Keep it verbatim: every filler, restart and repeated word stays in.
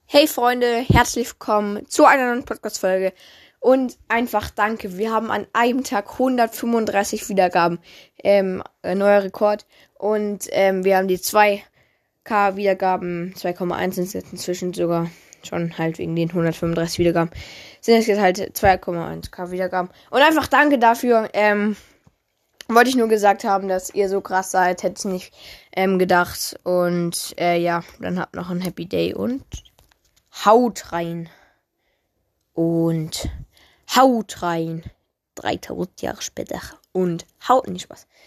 Hey Freunde, herzlich willkommen zu einer neuen Podcast-Folge und einfach danke. Wir haben an einem Tag hundertfünfunddreißig Wiedergaben, ähm, ein neuer Rekord, und ähm, wir haben die zwei K Wiedergaben, zwei Komma eins sind es jetzt inzwischen sogar, schon halt wegen den hundertfünfunddreißig Wiedergaben, sind es jetzt halt zwei Komma eins K Wiedergaben und einfach danke dafür. ähm, Wollte ich nur gesagt haben, dass ihr so krass seid, hätte ich nicht ähm, gedacht. Und äh, ja, dann habt noch einen Happy Day und haut rein. Und haut rein. dreitausend Jahre später. Und haut nicht Spaß.